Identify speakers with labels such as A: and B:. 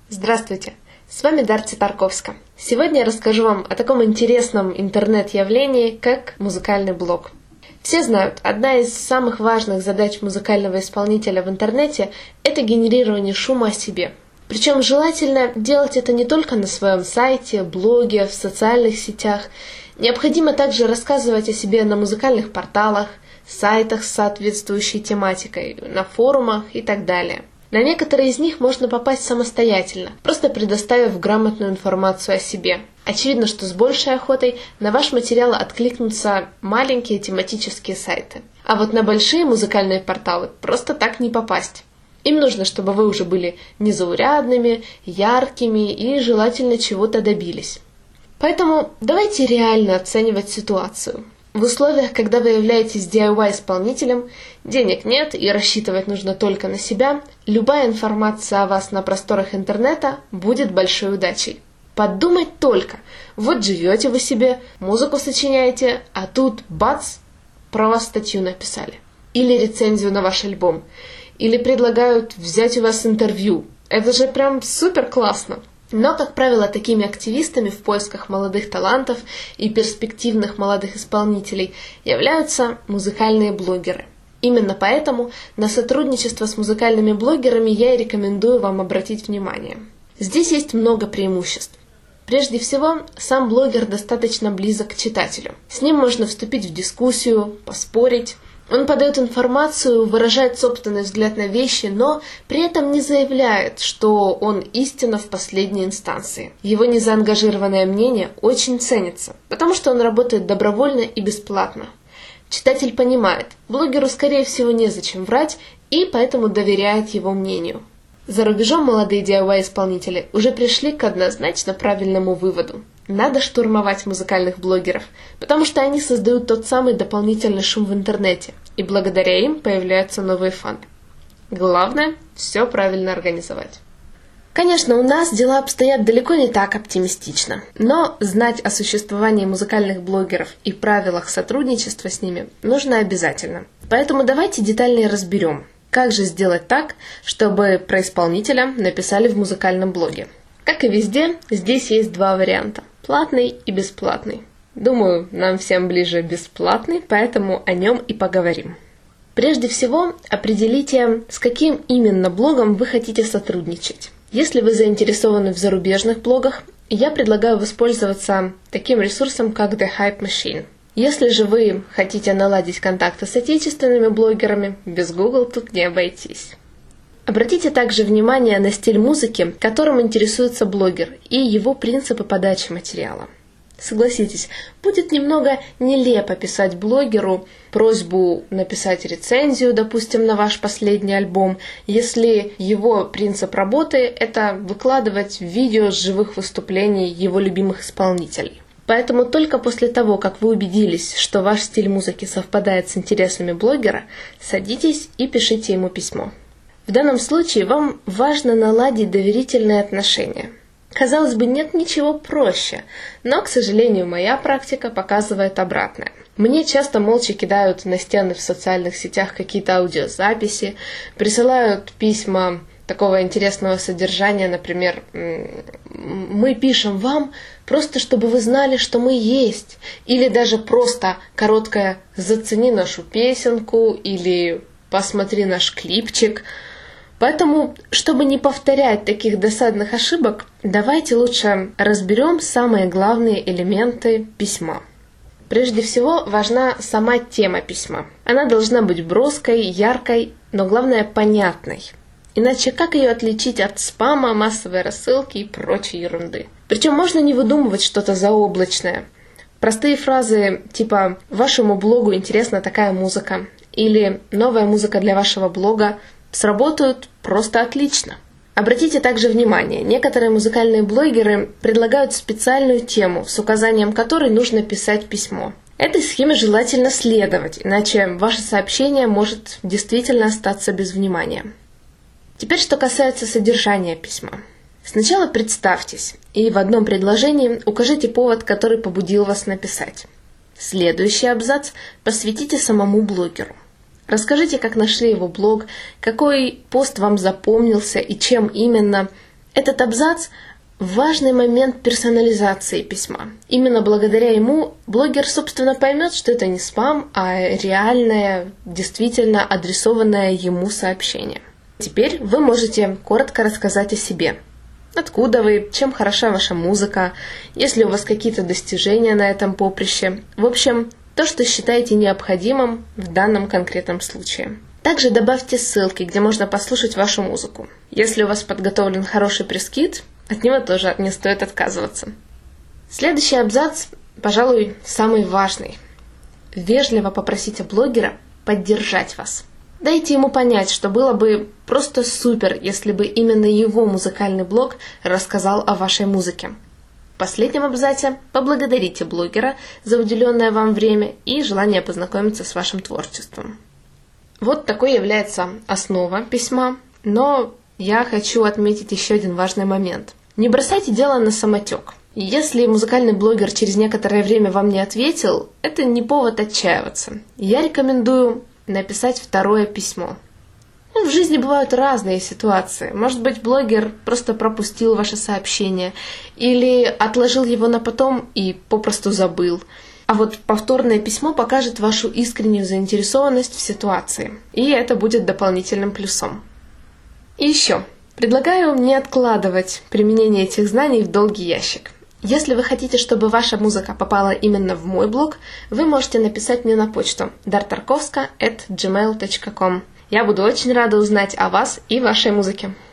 A: Здравствуйте! С вами Дарья Тарковска. Сегодня я расскажу вам о таком интересном интернет-явлении, как музыкальный блог. Все знают, одна из самых важных задач музыкального исполнителя в интернете – это генерирование шума о себе. Причем желательно делать это не только на своем сайте, блоге, в социальных сетях. Необходимо также рассказывать о себе на музыкальных порталах, сайтах с соответствующей тематикой, на форумах и так далее. На некоторые из них можно попасть самостоятельно, просто предоставив грамотную информацию о себе. Очевидно, что с большей охотой на ваш материал откликнутся маленькие тематические сайты. А вот на большие музыкальные порталы просто так не попасть. Им нужно, чтобы вы уже были незаурядными, яркими и желательно чего-то добились. Поэтому давайте реально оценивать ситуацию. В условиях, когда вы являетесь DIY-исполнителем, денег нет и рассчитывать нужно только на себя, любая информация о вас на просторах интернета будет большой удачей. Подумать только, вот живете вы себе, музыку сочиняете, а тут бац, про вас статью написали. Или рецензию на ваш альбом. Или предлагают взять у вас интервью. Это же прям супер классно. Но, как правило, такими активистами в поисках молодых талантов и перспективных молодых исполнителей являются музыкальные блогеры. Именно поэтому на сотрудничество с музыкальными блогерами я и рекомендую вам обратить внимание. Здесь есть много преимуществ. Прежде всего, сам блогер достаточно близок к читателю. С ним можно вступить в дискуссию, поспорить. Он подает информацию, выражает собственный взгляд на вещи, но при этом не заявляет, что он истина в последней инстанции. Его незаангажированное мнение очень ценится, потому что он работает добровольно и бесплатно. Читатель понимает, блогеру скорее всего незачем врать и поэтому доверяет его мнению. За рубежом молодые DIY-исполнители уже пришли к однозначно правильному выводу. Надо штурмовать музыкальных блогеров, потому что они создают тот самый дополнительный шум в интернете, и благодаря им появляются новые фаны. Главное – все правильно организовать. Конечно, у нас дела обстоят далеко не так оптимистично, но знать о существовании музыкальных блогеров и правилах сотрудничества с ними нужно обязательно. Поэтому давайте детальнее разберем, как же сделать так, чтобы про исполнителя написали в музыкальном блоге. Как и везде, здесь есть два варианта – платный и бесплатный. Думаю, нам всем ближе бесплатный, поэтому о нем и поговорим. Прежде всего, определите, с каким именно блогом вы хотите сотрудничать. Если вы заинтересованы в зарубежных блогах, я предлагаю воспользоваться таким ресурсом, как The Hype Machine. Если же вы хотите наладить контакты с отечественными блогерами, без Google тут не обойтись. Обратите также внимание на стиль музыки, которым интересуется блогер, и его принципы подачи материала. Согласитесь, будет немного нелепо писать блогеру просьбу написать рецензию, допустим, на ваш последний альбом, если его принцип работы – это выкладывать видео с живых выступлений его любимых исполнителей. Поэтому только после того, как вы убедились, что ваш стиль музыки совпадает с интересами блогера, садитесь и пишите ему письмо. В данном случае вам важно наладить доверительные отношения. Казалось бы, нет ничего проще, но, к сожалению, моя практика показывает обратное. Мне часто молча кидают на стены в социальных сетях какие-то аудиозаписи, присылают письма такого интересного содержания, например, «Мы пишем вам просто, чтобы вы знали, что мы есть», или даже просто короткое «Зацени нашу песенку» или «Посмотри наш клипчик». Поэтому, чтобы не повторять таких досадных ошибок, давайте лучше разберем самые главные элементы письма. Прежде всего, важна сама тема письма. Она должна быть броской, яркой, но главное понятной. Иначе как ее отличить от спама, массовой рассылки и прочей ерунды? Причем можно не выдумывать что-то заоблачное. Простые фразы типа «Вашему блогу интересна такая музыка» или «Новая музыка для вашего блога» сработают просто отлично. Обратите также внимание, некоторые музыкальные блогеры предлагают специальную тему, с указанием которой нужно писать письмо. Этой схеме желательно следовать, иначе ваше сообщение может действительно остаться без внимания. Теперь, что касается содержания письма. Сначала представьтесь и в одном предложении укажите повод, который побудил вас написать. Следующий абзац посвятите самому блогеру. Расскажите, как нашли его блог, какой пост вам запомнился и чем именно. Этот абзац – важный момент персонализации письма. Именно благодаря ему блогер, собственно, поймет, что это не спам, а реальное, действительно адресованное ему сообщение. Теперь вы можете коротко рассказать о себе. Откуда вы, чем хороша ваша музыка, есть ли у вас какие-то достижения на этом поприще. В общем, то, что считаете необходимым в данном конкретном случае. Также добавьте ссылки, где можно послушать вашу музыку. Если у вас подготовлен хороший пресс-кит, от него тоже не стоит отказываться. Следующий абзац, пожалуй, самый важный. Вежливо попросите блогера поддержать вас. Дайте ему понять, что было бы просто супер, если бы именно его музыкальный блог рассказал о вашей музыке. В последнем абзаце поблагодарите блогера за уделенное вам время и желание познакомиться с вашим творчеством. Вот такой является основа письма, но я хочу отметить еще один важный момент. Не бросайте дело на самотек. Если музыкальный блогер через некоторое время вам не ответил, это не повод отчаиваться. Я рекомендую написать второе письмо. В жизни бывают разные ситуации. Может быть, блогер просто пропустил ваше сообщение или отложил его на потом и попросту забыл. А вот повторное письмо покажет вашу искреннюю заинтересованность в ситуации, и это будет дополнительным плюсом. И еще, предлагаю не откладывать применение этих знаний в долгий ящик. Если вы хотите, чтобы ваша музыка попала именно в мой блог, вы можете написать мне на почту dartarkovska@gmail.com. Я буду очень рада узнать о вас и вашей музыке.